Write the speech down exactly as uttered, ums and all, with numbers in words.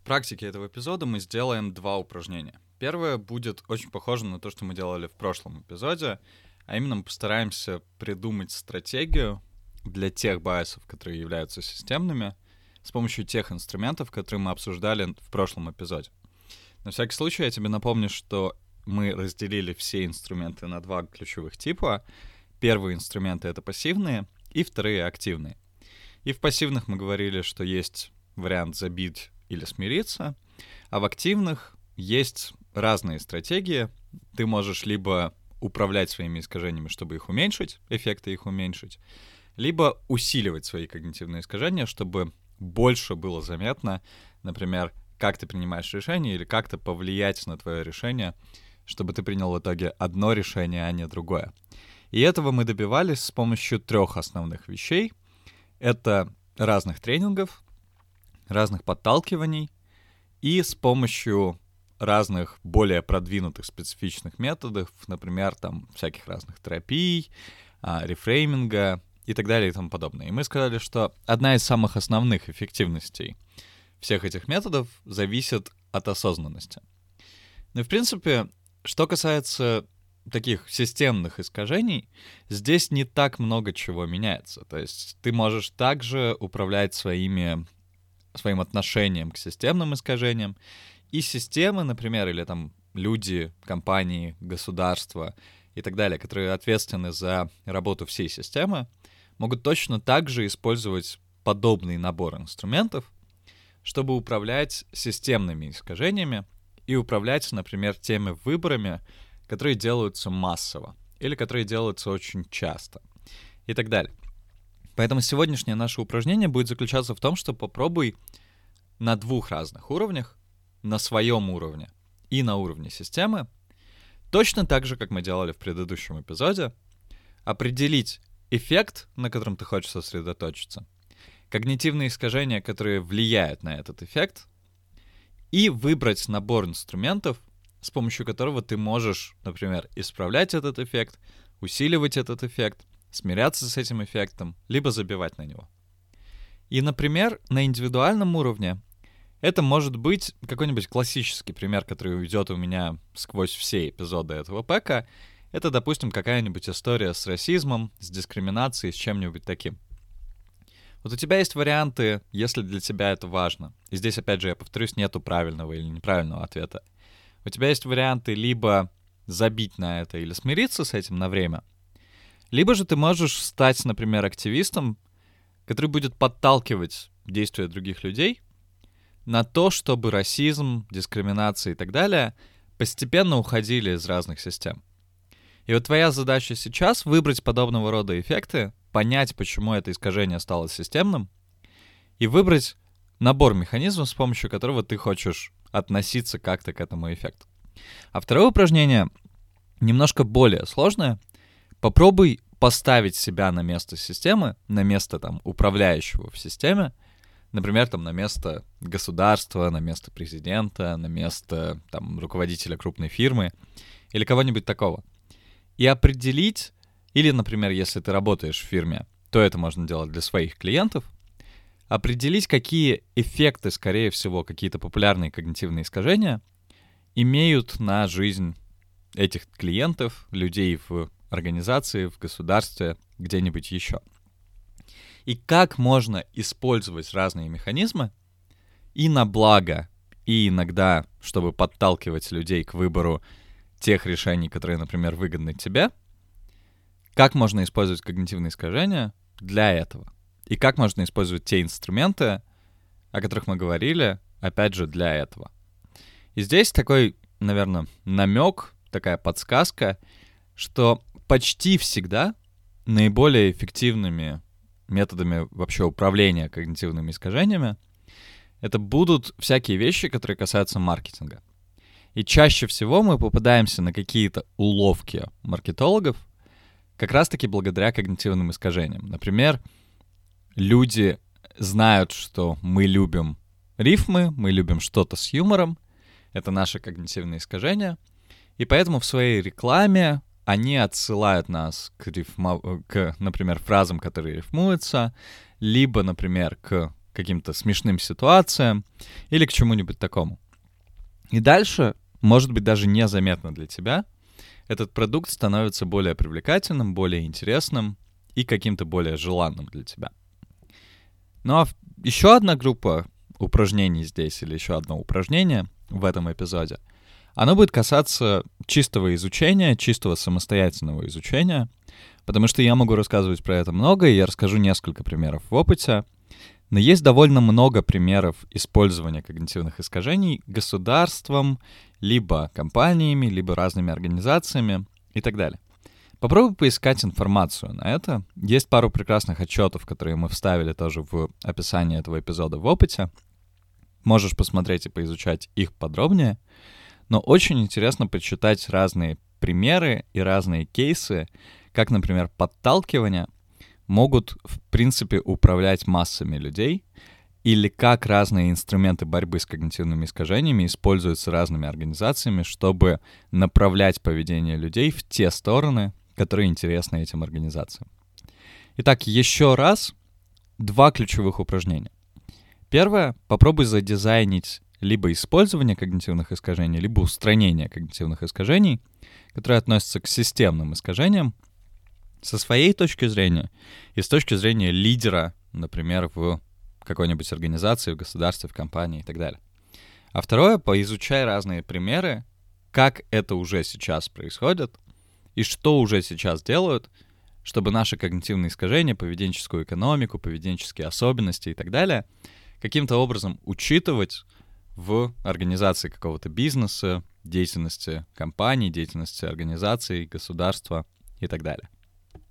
практике этого эпизода мы сделаем два упражнения. Первое будет очень похоже на то, что мы делали в прошлом эпизоде, а именно мы постараемся придумать стратегию для тех байсов, которые являются системными, с помощью тех инструментов, которые мы обсуждали в прошлом эпизоде. На всякий случай я тебе напомню, что мы разделили все инструменты на два ключевых типа. Первые инструменты — это пассивные, и вторые — активные. И в пассивных мы говорили, что есть вариант забить или смириться, а в активных есть разные стратегии. Ты можешь либо управлять своими искажениями, чтобы их уменьшить, эффекты их уменьшить, либо усиливать свои когнитивные искажения, чтобы больше было заметно, например, как ты принимаешь решение или как-то повлиять на твое решение, чтобы ты принял в итоге одно решение, а не другое. И этого мы добивались с помощью трех основных вещей. Это разных тренингов, разных подталкиваний и с помощью разных более продвинутых специфичных методов, например, там всяких разных терапий, рефрейминга и так далее и тому подобное. И мы сказали, что одна из самых основных эффективностей всех этих методов зависит от осознанности. Ну и, в принципе, что касается таких системных искажений, здесь не так много чего меняется. То есть ты можешь также управлять своими, своим отношением к системным искажениям, и системы, например, или там люди, компании, государства и так далее, которые ответственны за работу всей системы, могут точно так же использовать подобный набор инструментов, чтобы управлять системными искажениями и управлять, например, теми выборами, которые делаются массово или которые делаются очень часто и так далее. Поэтому сегодняшнее наше упражнение будет заключаться в том, что попробуй на двух разных уровнях, на своем уровне и на уровне системы, точно так же, как мы делали в предыдущем эпизоде, определить эффект, на котором ты хочешь сосредоточиться, когнитивные искажения, которые влияют на этот эффект, и выбрать набор инструментов, с помощью которого ты можешь, например, исправлять этот эффект, усиливать этот эффект, смиряться с этим эффектом, либо забивать на него. И, например, на индивидуальном уровне это может быть какой-нибудь классический пример, который уйдет у меня сквозь все эпизоды этого пэка. Это, допустим, какая-нибудь история с расизмом, с дискриминацией, с чем-нибудь таким. Вот у тебя есть варианты, если для тебя это важно. И здесь, опять же, я повторюсь, нету правильного или неправильного ответа. У тебя есть варианты либо забить на это или смириться с этим на время, либо же ты можешь стать, например, активистом, который будет подталкивать действия других людей на то, чтобы расизм, дискриминация и так далее постепенно уходили из разных систем. И вот твоя задача сейчас — выбрать подобного рода эффекты, понять, почему это искажение стало системным, и выбрать набор механизмов, с помощью которого ты хочешь относиться как-то к этому эффекту. А второе упражнение немножко более сложное. Попробуй поставить себя на место системы, на место там управляющего в системе, например, там на место государства, на место президента, на место там руководителя крупной фирмы или кого-нибудь такого. И определить, или, например, если ты работаешь в фирме, то это можно делать для своих клиентов, определить, какие эффекты, скорее всего, какие-то популярные когнитивные искажения имеют на жизнь этих клиентов, людей в организации, в государстве, где-нибудь еще. И как можно использовать разные механизмы и на благо, и иногда, чтобы подталкивать людей к выбору тех решений, которые, например, выгодны тебе, как можно использовать когнитивные искажения для этого. И как можно использовать те инструменты, о которых мы говорили, опять же, для этого. И здесь такой, наверное, намек, такая подсказка, что почти всегда наиболее эффективными методами вообще управления когнитивными искажениями это будут всякие вещи, которые касаются маркетинга. И чаще всего мы попадаемся на какие-то уловки маркетологов как раз-таки благодаря когнитивным искажениям. Например, люди знают, что мы любим рифмы, мы любим что-то с юмором, это наши когнитивные искажения, и поэтому в своей рекламе они отсылают нас к, рифма... к, например, фразам, которые рифмуются, либо, например, к каким-то смешным ситуациям или к чему-нибудь такому. И дальше, может быть, даже незаметно для тебя, этот продукт становится более привлекательным, более интересным и каким-то более желанным для тебя. Ну а еще одна группа упражнений здесь, или еще одно упражнение в этом эпизоде, оно будет касаться чистого изучения, чистого самостоятельного изучения, потому что я могу рассказывать про это много, и я расскажу несколько примеров в опыте, но есть довольно много примеров использования когнитивных искажений государством, либо компаниями, либо разными организациями и так далее. Попробуй поискать информацию на это. Есть пару прекрасных отчетов, которые мы вставили тоже в описание этого эпизода в опыте. Можешь посмотреть и поизучать их подробнее. Но очень интересно почитать разные примеры и разные кейсы, как, например, подталкивания могут, в принципе, управлять массами людей, или как разные инструменты борьбы с когнитивными искажениями используются разными организациями, чтобы направлять поведение людей в те стороны, которые интересны этим организациям. Итак, еще раз два ключевых упражнения. Первое. Попробуй задизайнить либо использование когнитивных искажений, либо устранение когнитивных искажений, которые относятся к системным искажениям, со своей точки зрения и с точки зрения лидера, например, в какой-нибудь организации, в государстве, в компании и так далее. А второе, поизучай разные примеры, как это уже сейчас происходит и что уже сейчас делают, чтобы наши когнитивные искажения, поведенческую экономику, поведенческие особенности и так далее каким-то образом учитывать в организации какого-то бизнеса, деятельности компаний, деятельности организаций, государства и так далее.